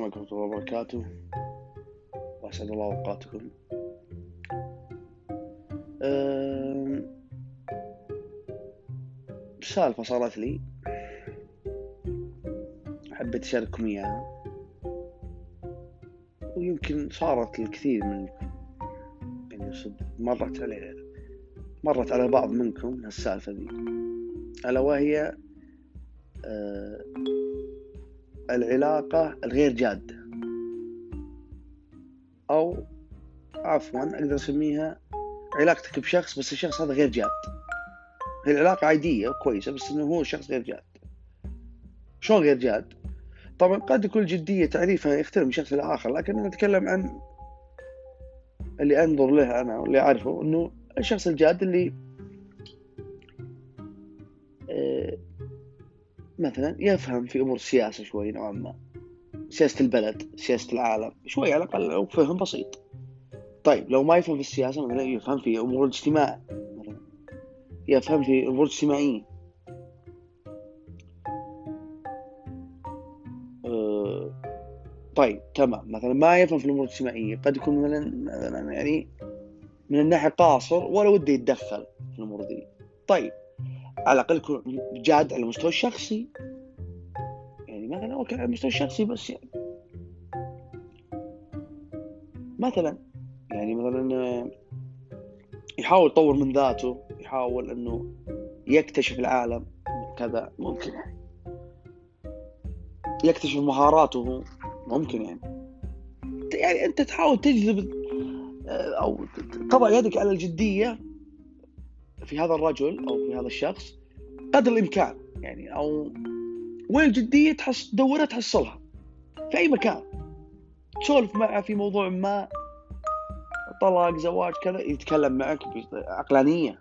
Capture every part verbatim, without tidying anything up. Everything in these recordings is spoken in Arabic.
عليكم ورحمة الله وبركاته، وأسعد الله أوقاتكم. أم، سالفة صارت لي حبيت أشارككم إياها، ويمكن صارت للكثير من يعني صدق مرت على مرت على بعض منكم هالسالفة ذي، ألا وهي أه العلاقة الغير جادة، أو عفوا أقدر أسميها علاقتك بشخص بس الشخص هذا غير جاد. هي العلاقة عادية وكويسة بس إنه هو شخص غير جاد. شلون غير جاد؟ طبعا قد يكون الجدية تعريفها يختلف من شخص لآخر، لكن أنا أتكلم عن اللي أنظر له أنا واللي أعرفه، إنه الشخص الجاد اللي آه مثلا يفهم في أمور السياسة شوي نوعا ما، سياسة البلد، سياسة العالم شوي على الأقل، أو فهم بسيط. طيب لو ما يفهم في السياسة مثلا يفهم في أمور الاجتماع، مثلا يفهم في أمور اجتماعية. أه طيب تمام، مثلا ما يفهم في الأمور الاجتماعية، قد يكون مثلا مثلا يعني من الناحية قاصر ولا وده يتدخل في الأمور دي. طيب على الأقل يكون جاد على المستوى الشخصي، يعني مثلا أوكي على المستوى الشخصي بس يعني مثلا يعني مثلا يحاول يطور من ذاته، يحاول إنه يكتشف العالم كذا، ممكن يعني يكتشف مهاراته، ممكن يعني يعني أنت تحاول تجذب أو تضع يدك على الجدية في هذا الرجل أو في هذا الشخص قدر الإمكان، يعني أو وين الجدية تحص تدورها تحصلها في أي مكان. تسولف معه في موضوع ما، طلاق، زواج، كذا، يتكلم معك بعقلانية.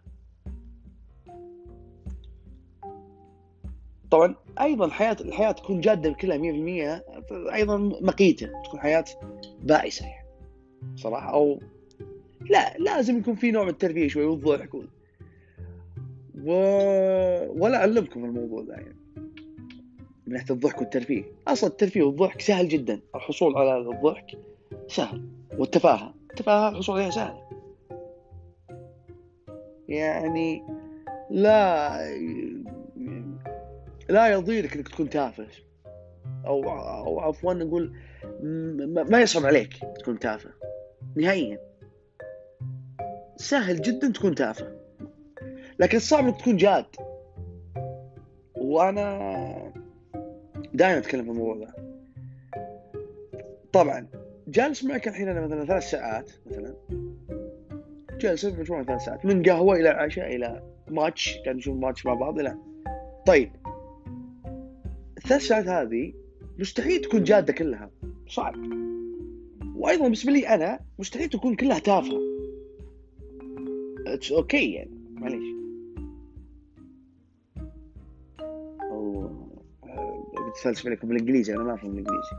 طبعا أيضا الحياة الحياة تكون جادة كلها مية بالمية، أيضا مقيتة، تكون حياة بائسة يعني صراحة. أو لا، لازم يكون في نوع من الترفيه شوي والضحك و... و... ولا أعلمكم الموضوع ده يعني من ناحية الضحك والترفيه. أصلا الترفيه والضحك سهل جدا، الحصول على الضحك سهل، والتفاهة التفاهة الحصول عليها سهل. يعني لا لا يضيرك انك تكون تافه، او او عفوا نقول ما يصعب عليك تكون تافه نهائيا. سهل جدا تكون تافه، لكن صعب انك تكون جاد. وانا دائما اتكلم في الموضوع ده. طبعا جالس معك الحين انا مثلا ثلاث ساعات، مثلا جالس مجموعة ثلاث ساعات، من قهوة الى عشاء الى ماتش، كان نشوف ماتش مع بعض الى طيب الثلاث ساعات هذه مستحيل تكون جادة كلها، صعب. وايضا بالنسبه لي انا مستحيل تكون كلها تافهه. اتس اوكي okay يعني معليش. او بتفلسف عليكم بالانجليزي، انا ما افهم الانجليزي.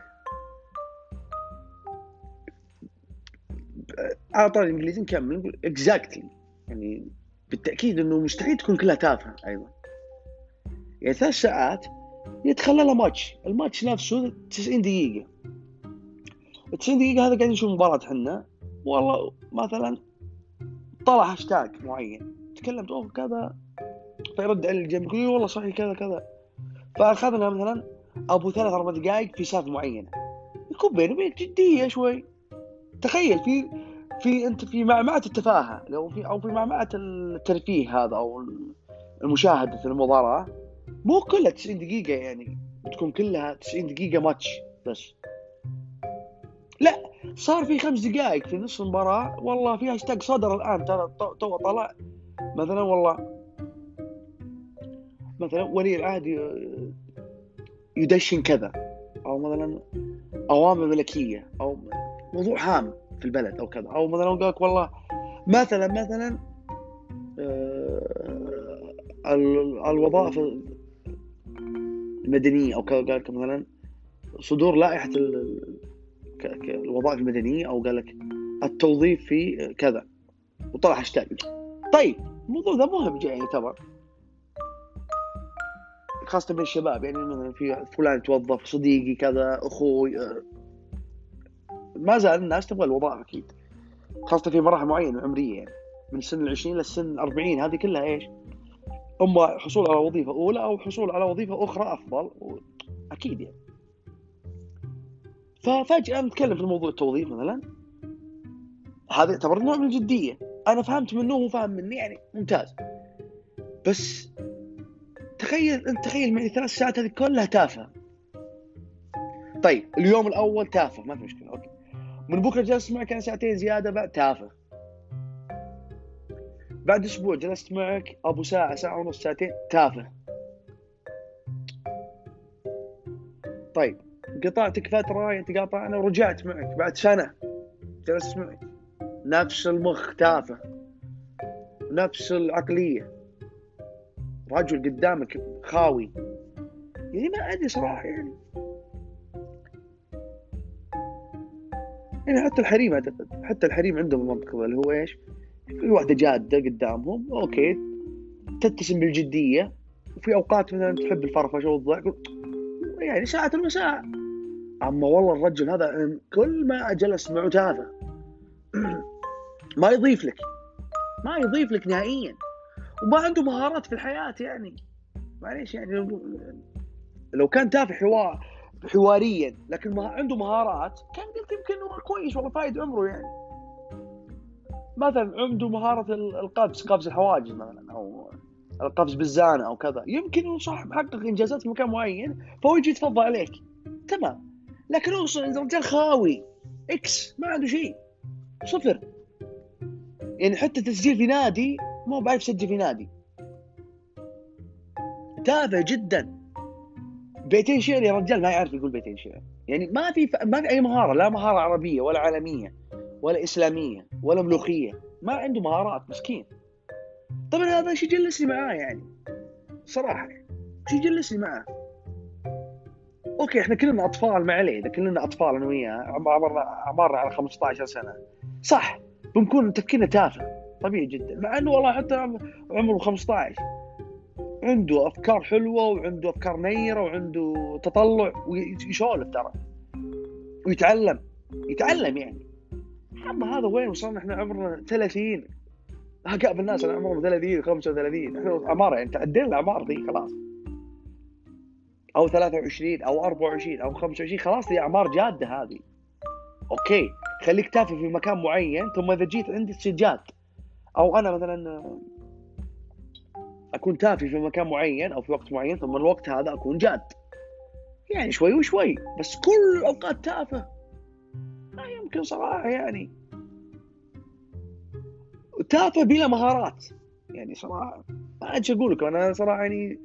على طاري الانجليزي نكمل نقول اكزاكتلي، يعني بالتاكيد انه مستحيل تكون كلها تافهه ايضا. يعني ثلاث ساعات يتخلى ماتش، الماتش نفسه تسعين دقيقه، تسعين دقيقه هذا قاعدين نشوف مباراه حنا، والله مثلا طلع هاشتاج معين تكلمت اوه كذا، فيرد على الجنب يقول والله صحيح كذا كذا، فاخذنا مثلا ابو ثلاث اربع دقائق في سالفه معينه، يكون بيني وبينك جديه شوي. تخيل في في انت في معمعه التفاهه، لو في او في معمعه الترفيه هذا، او المشاهده المباراه، مو كلها تسعين دقيقه يعني بتكون كلها تسعين دقيقه ماتش بس، لا، صار في خمس دقائق في نصف المباراه والله في هاشتاج صدر الان ترى تو طلع، مثلا والله مثلا ولي العهد يدشن كذا، او مثلا اوامر ملكيه، او موضوع هام في البلد او كذا، او مثلا قالك والله مثلا مثلا آه الوظائف المدنيه او كذا، قالك مثلا صدور لائحه الوظائف المدنيه، او قالك التوظيف في كذا، وطلع هاشتاج. طيب الموضوع ده مهم يعني يعتبر، خاصة بين الشباب، يعني مثلا في فلان توظف، صديقي كذا، أخوي، آه، ما زال الناس تبغى الوظائف أكيد، خاصة في مراحل معينة عمرية، يعني من سن العشرين للسن الأربعين، هذه كلها إيش؟ إما حصول على وظيفة أولى أو حصول على وظيفة أخرى أفضل، أكيد يعني. ففجأة نتكلم في الموضوع التوظيف مثلا، هذا يعتبر نوع من الجدية، أنا فهمت منه وهو فاهم مني، يعني ممتاز. بس تخيل أنت، تخيل معي ثلاث ساعات هذه كلها تافهة. طيب اليوم الأول تافه، ما في مشكلة، أوكي. من بكرة جلست معك أنا ساعتين زيادة بعد، تافه. بعد أسبوع جلست معك أبو ساعة، ساعة ونص، ساعتين، تافه. طيب قطعتك فترة، أنت قاطعنا ورجعت معك بعد سنة جلست معك، نفس المخ تافه، نفس العقلية، رجل قدامك خاوي، يعني ما أدري صراحة يعني. يعني حتى الحريم أعتقد، حتى الحريم عندهم المنطقة اللي هو إيش، في واحدة جادة قدامهم، أوكي، تتسم بالجدية، وفي أوقات مثلا تحب الفرفشة والضحك، يعني ساعة المساء. أما والله الرجل هذا كل ما جلس معه تافه، ما يضيف لك، ما يضيف لك نهائيا، وما عنده مهارات في الحياة، يعني معليش يعني. لو كان تافه حوار حواريا لكن ما عنده مهارات، كان قلت يمكن هو كويس والله، فايد عمره يعني. مثلا عنده مهارة القفز، قفز الحواجز مثلا، أو القفز بالزانة أو كذا، يمكن هو صح محقق إنجازات في مكان معين، فهو يجي يتفضل عليك، تمام. لكن هو رجال خاوي إكس، ما عنده شيء، صفر. يعني حتى تسجيل في نادي مو بعرف يسجل في نادي، تافه جدا. بيتين شعر يا رجال ما يعرف يقول بيتين شعر، يعني ما في ف... ما في أي مهارة، لا مهارة عربية ولا عالمية ولا إسلامية ولا ملوخية، ما عنده مهارات مسكين. طبعا هذا شي جلسني معاه يعني صراحة، شي جلسني معاه. اوكي احنا كلنا اطفال، ما عليه، اذا كلنا اطفال انا وياه، عمرنا عمرنا على خمسة عشر سنة، صح بنكون تفكيرنا تافه طبيعي جدا، مع انه والله حتى عمره خمسة عشر عنده افكار حلوة وعنده افكار نيرة وعنده تطلع ويسولف ترى ويتعلم، يتعلم يعني. اما هذا وين وصلنا احنا؟ عمرنا ثلاثين، هقابل الناس انا عمرهم ثلاثين خمسة وثلاثين، احنا اعمار يعني تعدينا الاعمار ذي خلاص، او ثلاثة وعشرين او أربعة وعشرين او خمسة وعشرين، خلاص دي اعمار جاده هذه. اوكي خليك تافه في مكان معين، ثم اذا جيت عندي تصير جاد. او انا مثلا اكون تافه في مكان معين او في وقت معين، ثم الوقت هذا اكون جاد، يعني شوي وشوي، بس كل الاوقات تافه ما يمكن صراحه يعني. تافه بلا مهارات، يعني صراحه ما ادري اقول لك انا صراحه يعني.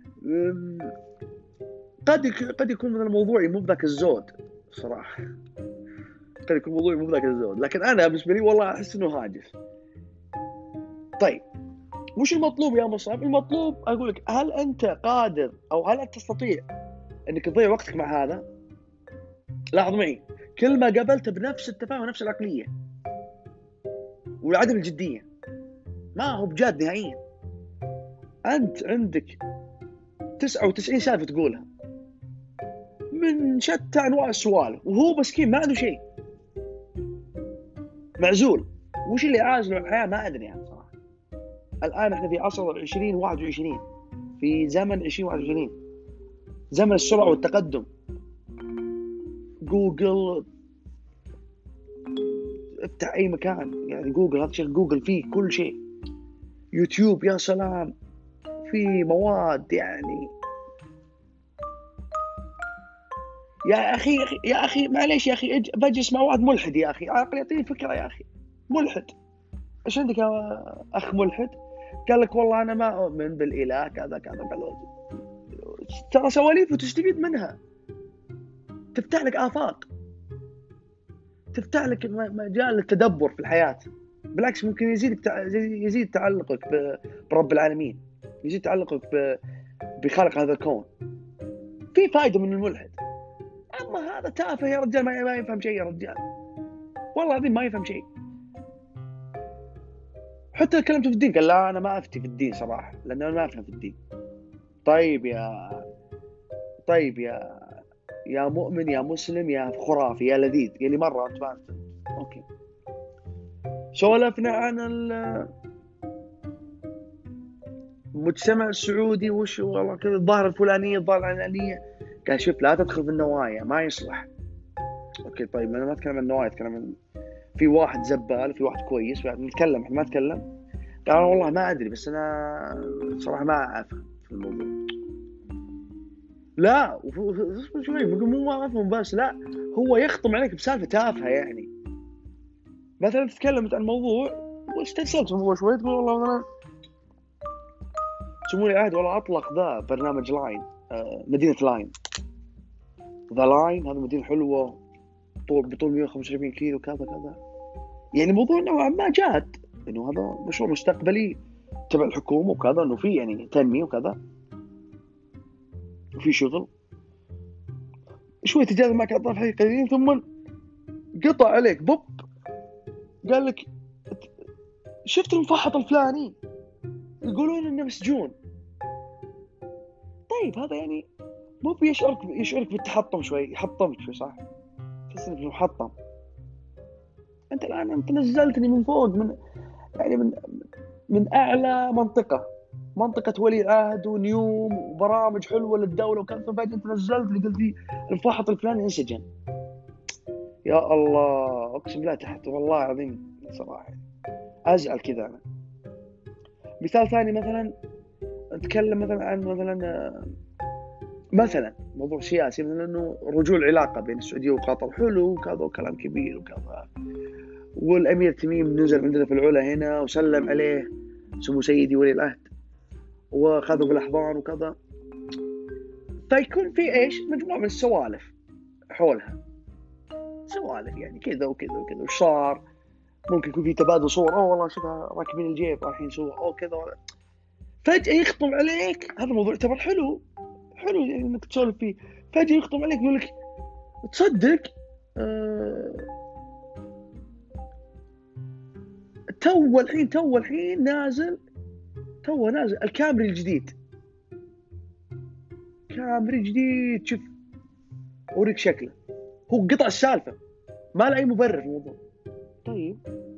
قد قد يكون مثلا موضوعي مو بذاك الزود صراحه، قد يكون موضوعي مو بذاك الزود، لكن انا بالنسبه لي والله احس انه هاجس. طيب وش المطلوب يا مصعب؟ المطلوب اقول لك، هل انت قادر او هل انت تستطيع انك تضيع وقتك مع هذا؟ لاحظ معي، كل ما قابلته بنفس التفاهم ونفس العقليه وعدم الجديه، ما هو بجاد نهائيا. انت عندك تسعة وتسعين سالفه تقولها من شتى انواع السوالف، وهو مسكين ما عنده شيء، معزول. وش اللي عازله الحياه؟ ما ادري يعني صراحه. الان احنا في عصر العشرين واحد وعشرين، في زمن عشرين واحد وعشرين، زمن السرعه والتقدم. جوجل، افتح اي مكان يعني جوجل، هذا شيء جوجل فيه كل شيء. يوتيوب يا سلام، في مواد يعني. يا اخي يا اخي معليش يا اخي، بجلس مع واحد ملحد يا اخي، عقل يعطيني فكره يا اخي. ملحد، ايش عندك يا اخ ملحد؟ قال لك والله انا ما اؤمن بالاله كذا كذا كذا. ترى سواليف وتستفيد منها، تفتح لك آفاق، تفتح لك مجال للتدبر في الحياة. بالعكس ممكن يزيد يزيد تعلقك برب العالمين، يزيد تعلقك بخالق هذا الكون، في فائدة من الملحد. أما هذا تافه يا رجال، ما يفهم شيء يا رجال، والله العظيم ما يفهم شيء. حتى كلمته في الدين قال لا أنا ما أفتي في الدين صراحة، لأن أنا ما أفهم في الدين. طيب يا طيب يا يا مؤمن يا مسلم يا خرافي يا لذيذ يلي مرة أنت ما أوكي. سولفنا عن المجتمع السعودي وش والله كذا الظاهرة الفلانية الظاهرة العلانية. قال شوف لا تدخل في النوايا ما يصلح. أوكي طيب أنا ما أتكلم عن النوايا، أتكلم عن في واحد زبال في واحد كويس نتكلم إحنا ما نتكلم. قال والله ما أدري بس أنا صراحة ما أعرف في الموضوع. لا اصبر شوي مو ما أفهم بس لا هو يخطم عليك بسالفة تافهة يعني. مثلا تتكلمت عن موضوع واسترسلت في الموضوع شوي تقول والله مثلا سمو لي عهد والله أطلق ذا برنامج لاين آه مدينة لاين ذا لاين هذا مدينة حلوة طول بطول مئة وخمسة وعشرين كيلو كذا كذا. يعني موضوع نوعا ما جاد إنه هذا مشروع مستقبلي تبع الحكومة وكذا إنه في يعني تنمية وكذا وفي شغل. شوي تجاذب معك أطراف حقيقيين ثم قطع عليك بوب قال لك شفت المفحط الفلاني يقولون إنه مسجون. طيب هذا يعني مو بيشعرك يشعرك بالتحطم شوي يحطمك شوي صح؟ تحس إنك محطم. أنت الآن أنت نزلتني من فوق من يعني من من أعلى منطقة منطقة ولي العهد ونيوم وبرامج حلوة للدولة وكذا فجأة أنت نزلت لي قلت لي المفحط الفلاني انسجن. يا الله أقسم بالله تحت والله العظيم صراحة أزعل كذا. أنا مثال ثاني مثلا نتكلم مثلا عن مثلا مثلا موضوع سياسي مثلا إنه رجوع العلاقة بين السعودية وقطر حلو وكذا وكلام كبير وكذا والأمير تميم نزل عندنا في العلا هنا وسلم عليه سمو سيدي ولي العهد وأخذوا بالأحضان وكذا. فيكون في إيش مجموعة من السوالف حولها سوالف يعني كذا وكذا وكذا وش صار. ممكن يكون في تبادل صور أوه والله شوفها راكبين الجيب رايحين سوا أو كذا فجأة يخطم عليك. هذا الموضوع يعتبر حلو حلو يعني إنك تسولف فيه. فجأة يخطم عليك يقول لك تصدق أه تو الحين تو الحين نازل تو نازل الكامري الجديد كامري جديد شوف أوريك شكله هو قطع السالفة ما له أي مبرر في الموضوع. طيب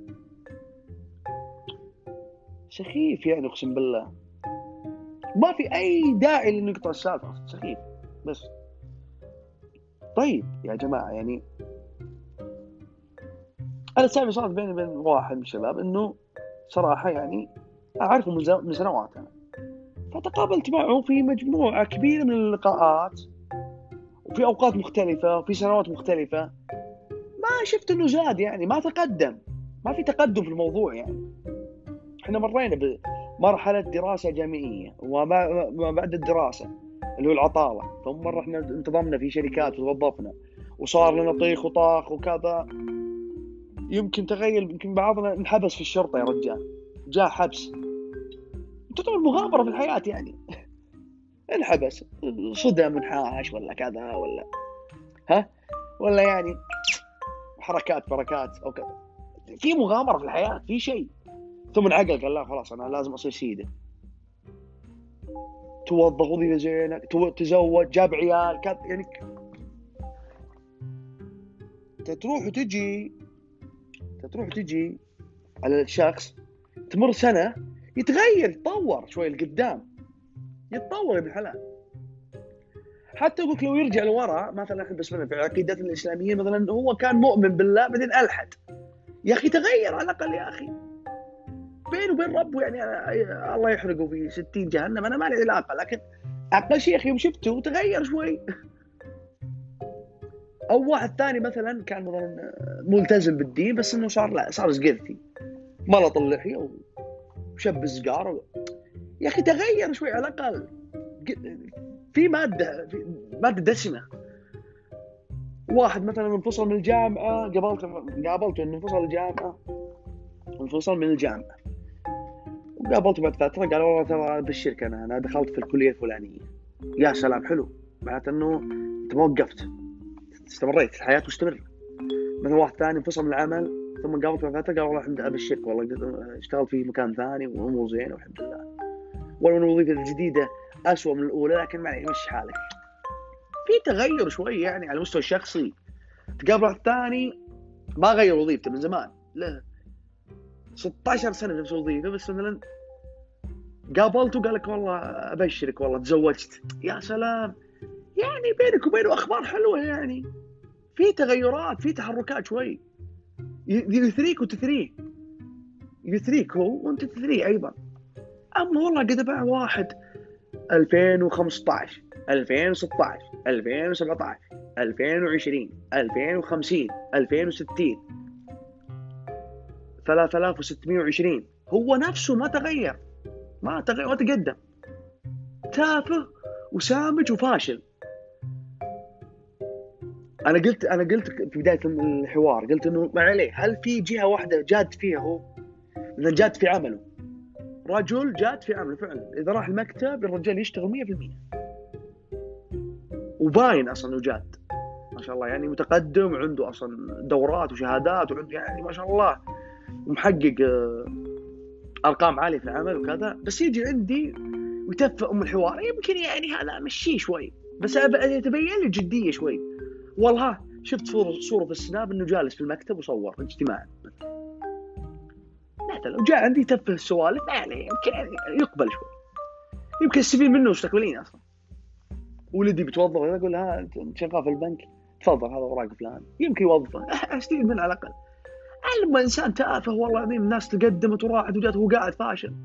سخيف يعني أقسم بالله ما في أي داعي لأنه يقطع السالفة سخيف بس. طيب يا جماعة يعني أنا سامي صارت بيني وبين واحد من الشباب إنه صراحة يعني أعرفه من سنوات أنا فتقابلت معه في مجموعة كبيرة من اللقاءات وفي أوقات مختلفة وفي سنوات مختلفة ما شفت إنه زاد يعني ما تقدم ما في تقدم في الموضوع. يعني إحنا مرينا بمرحلة دراسة جامعية وما بعد الدراسة اللي هو العطالة ثم مرة إحنا انتظمنا في شركات وتوظفنا وصار لنا طيخ وطاخ وكذا. يمكن تغير يمكن بعضنا انحبس في الشرطة يا رجال جاء حبس تعتبر مغامرة في الحياة يعني انحبس صدم منحاش ولا كذا ولا ها ولا يعني حركات بركات أو كذا في مغامرة في الحياة في شيء ثم انعقل قال لا خلاص أنا لازم أصير سيدة توظف وظيفة زينة تزوج جاب عيال كذا يعني تروح وتجي تروح وتجي على الشخص تمر سنة يتغير يتطور شوي لقدام يتطور ابن حلال. حتى يقولك لو يرجع لورا مثلا بس مثلا في عقيدتنا الإسلامية مثلا هو كان مؤمن بالله بعدين ألحد يا أخي تغير على الأقل يا أخي بينه وبين ربه يعني الله يحرقه في ستين جهنم أنا ما لي علاقة لكن أقل شيء يا أخي يوم شفته تغير شوي. أو واحد ثاني مثلا كان مثلا ملتزم بالدين بس إنه صار لا صار زقرتي ملط اللحية وشب السجار يا أخي تغير شوي على الأقل في مادة في مادة دسمة. واحد مثلا انفصل من الجامعة قابلته قابلته إنه انفصل من الجامعة انفصل من الجامعة وقابلته بعد فترة قال والله ترى بالشركة أنا أنا دخلت في الكلية الفلانية. يا سلام حلو معناته إنه أنت ما وقفت استمريت الحياة مستمرة. مثلا واحد ثاني انفصل من العمل ثم قابلته بعد فترة قال والله الحمد لله بالشركة والله اشتغلت في مكان ثاني وأمور زينة والحمد لله ولو إن الوظيفة الجديدة أسوأ من الأولى لكن ما يمشي حالك. في تغير شوي يعني على المستوى الشخصي. تقابل واحد ثاني ما غير وظيفته من زمان، له ستة عشر سنة في نفس الوظيفة، بس مثلا قابلته قال لك والله ابشرك والله تزوجت. يا سلام، يعني بينك وبينه اخبار حلوة، يعني في تغيرات، في تحركات شوي، يثريك وتثريه، يثريك هو وانت تثريه ايضا. اما والله قد باع واحد ألفين وخمسة عشر ألفين وستة عشر ألفين وسبعة عشر ألفين وعشرين ألفين وخمسين ألفين وستين ثلاثة آلاف وستمائة وعشرين، هو نفسه ما تغير، ما تغير، ما تقدم، تافه وسامج وفاشل. انا قلت انا قلت في بدايه الحوار، قلت انه ما عليه، هل في جهه واحده جاد فيها هو؟ مثلا جاد في عمله، رجل جاد في عمله فعلا، اذا راح المكتب الرجال يشتغل مية بالمية، وباين اصلا انه جاد ما شاء الله، يعني متقدم وعنده اصلا دورات وشهادات، وعنده يعني ما شاء الله ومحقق ارقام عاليه في العمل وكذا. بس يجي عندي ويتفق ام الحوار، يمكن يعني هذا مشيه شوي، بس تبين لي جديه شوي. والله شفت صوره صوره في السناب انه جالس في المكتب وصور اجتماع، لا لو جاء عندي يتفه السوالف يعني يمكن يعني يقبل شوي، يمكن استفيد منه مستقبلين اصلا. ولدي بتوظف، اقول لها انت شغال في البنك، تفضل هذا وراق فلان، يمكن يوظفه استفيد منه على الاقل. لما انسان تافه والله العظيم، الناس تقدمت وراحت وجات وهو قاعد فاشل.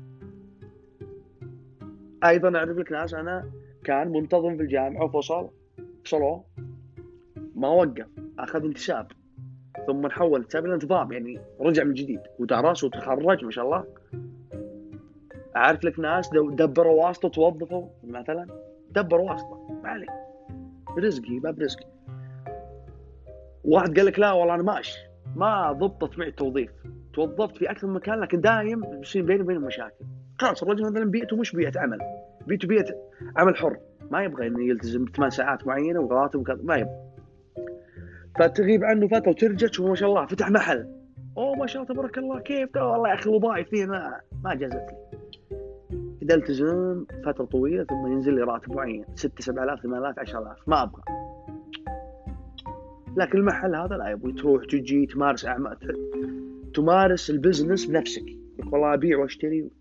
ايضا اعرف لك ناس، انا كان منتظم في الجامعه وفصل فصلوه، ما وقف، اخذ انتساب، ثم نحول انتساب الى انتظام، يعني رجع من جديد ودرس وتخرج ما شاء الله. اعرف لك ناس دبروا واسطه توظفوا، مثلا دبروا واسطه، ما عليه، رزقي باب رزقي. واحد قال لك لا والله انا ماشي، ما ضبطت معي التوظيف، توظفت في اكثر من مكان لكن دايم يصير بيني وبينهم مشاكل. خلاص الرجل مثلا بيئته مش بيئه عمل، بيئته بيئه عمل حر، ما يبغى انه يلتزم بثمان ساعات معينه وراتب وكذا، ما يبغى. فتغيب عنه فتره وترجع تشوف ما شاء الله فتح محل، اوه ما شاء الله تبارك الله، كيف والله يا اخي الوظائف فيه ما ما جازت لي. اذا التزم فتره طويله ثم ينزل لي راتب معين ستة سبعة آلاف ثمانية آلاف عشرة آلاف، ما ابغى. لكن المحل هذا لا، يبغى تروح تجي تمارس اعمال، تمارس البزنس بنفسك، والله ابيع واشتري.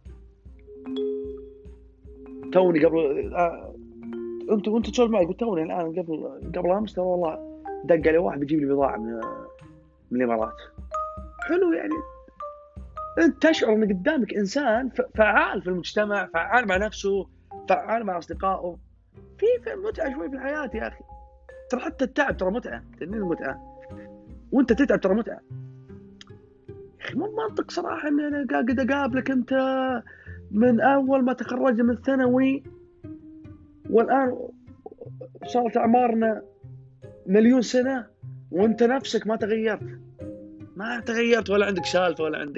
توني قبل آه... انت وانت تسولف معي قلت توني الان قبل قبل امس ترى والله دق علي واحد بيجيب لي بضاعه من من الامارات. حلو، يعني انت تشعر ان قدامك انسان فعال في المجتمع، فعال مع نفسه، فعال مع اصدقائه، في في متعه شوي في الحياه يا اخي. ترى حتى التعب ترى متعه، تنين المتعه، وانت تتعب ترى متعه. يا اخي مو منطق صراحه ان انا قاعد اقابلك انت من اول ما تخرجنا من الثانوي والان صارت اعمارنا مليون سنه وانت نفسك ما تغيرت، ما تغيرت ولا عندك سالفه ولا عندك.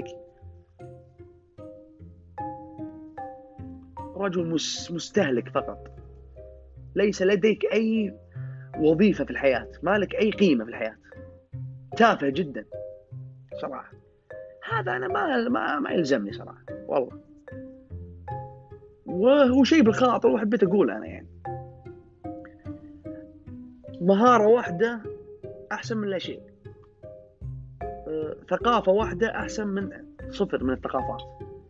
رجل مستهلك فقط، ليس لديك اي وظيفه في الحياه، ما لك اي قيمه في الحياه، تافه جدا صراحه. هذا انا ما ما, ما يلزمني صراحه والله، وهو شيء بالخاطر وحبيت اقوله انا. يعني مهاره واحده احسن من لا شيء، أه، ثقافه واحده احسن من صفر من الثقافات.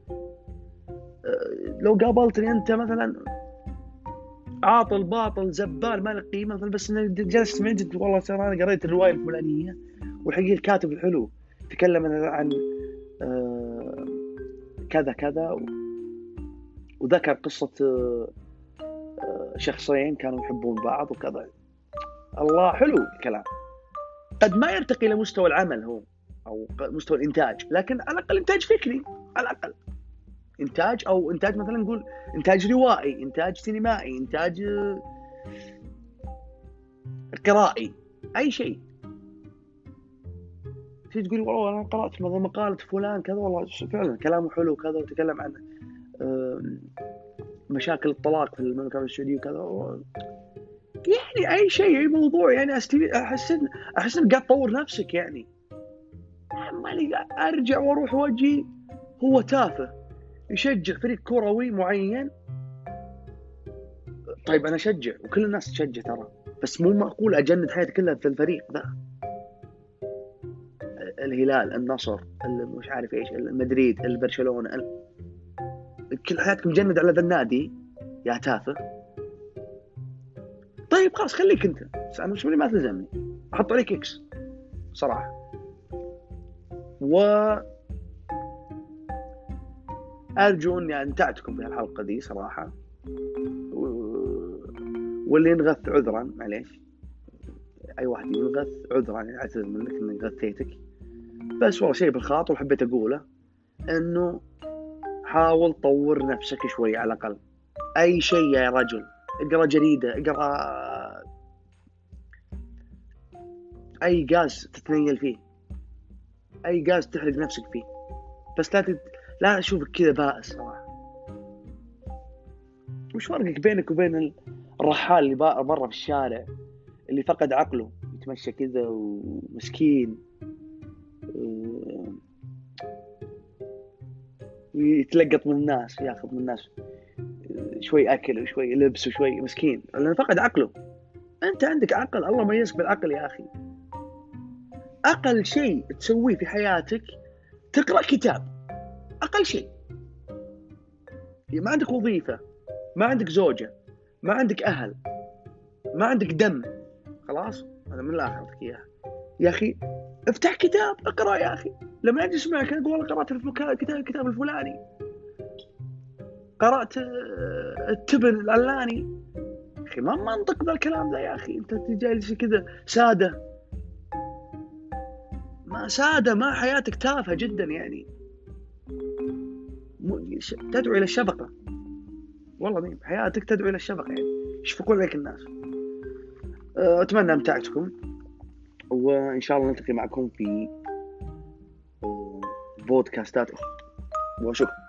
أه، لو قابلتني انت مثلا عاطل باطل زبال ما له قيمه مثلا، بس انك جلست معي جد والله ترى انا قريت الروايه الفلانيه والحقيقه الكاتب الحلو تكلم عن أه كذا كذا، وذكر قصه أه شخصين كانوا يحبون بعض وكذا، الله حلو الكلام. قد ما يرتقي إلى مستوى العمل هو أو مستوى الإنتاج، لكن على الأقل إنتاج فكري، على الأقل إنتاج، أو إنتاج مثلا نقول إنتاج روائي، إنتاج سينمائي، إنتاج قرائي، أي شيء. تيجي تقول والله أنا قرأت مثلا مقالة فلان كذا والله فعلا كلامه حلو كذا، وتكلم عن مشاكل الطلاق في المملكة العربية السعودية وكذا، يعني اي شيء اي موضوع، يعني استفيد، احس ان احس انك قاعد تطور نفسك. يعني ماني ارجع واروح واجي، هو تافه يشجع فريق كروي معين، طيب انا اشجع وكل الناس تشجع ترى، بس مو معقول أجند حياتي كلها في الفريق ذا، الهلال، النصر، مش عارف إيش، المدريد، البرشلونة، ال... كل حياتك مجند على ذا النادي يا تافه. طيب خلاص خليك أنت، بس أنا مش مني ما تلزمني، أحط عليك إكس صراحة. و أرجو أني أمتعتكم في الحلقة دي صراحة، و... واللي ينغث عذرا معليش، أي واحد ينغث عذرا، يعني أعتذر منك إني غثيتك، بس والله شيء بالخاطر وحبيت أقوله، إنه حاول طور نفسك شوي على الأقل. أي شيء يا رجل، اقرأ جريدة، اقرأ أي غاز تتنيل فيه، أي غاز تحرق نفسك فيه، بس لا تت... لا أشوفك كذا بائس صراحة. وش فرقك بينك وبين الرحال اللي برا في الشارع اللي فقد عقله يتمشى كذا ومسكين ويتلقط من الناس، ياخذ من الناس شوي أكل وشوي لبس وشوي مسكين لأنه فقد عقله؟ أنت عندك عقل، الله ميزك بالعقل يا أخي. أقل شيء تسويه في حياتك تقرأ كتاب، أقل شيء. ما عندك وظيفة، ما عندك زوجة، ما عندك أهل، ما عندك دم، خلاص هذا من الآخر لك إياها يا أخي، افتح كتاب اقرأ يا أخي. لما أجي أسمعك أقول والله قرأت الكتاب الكتاب الفلاني، قرأت التبن العلاني، أخي ما منطق ذا الكلام ذا يا أخي. أنت جالس كذا سادة، ما سادة، ما حياتك تافهة جدا يعني، تدعو إلى الشفقة، والله مين حياتك تدعو إلى الشفقة يعني، يشفقون عليك الناس. أتمنى أمتعتكم، وإن شاء الله نلتقي معكم في بودكاستات أخرى، وشكرا.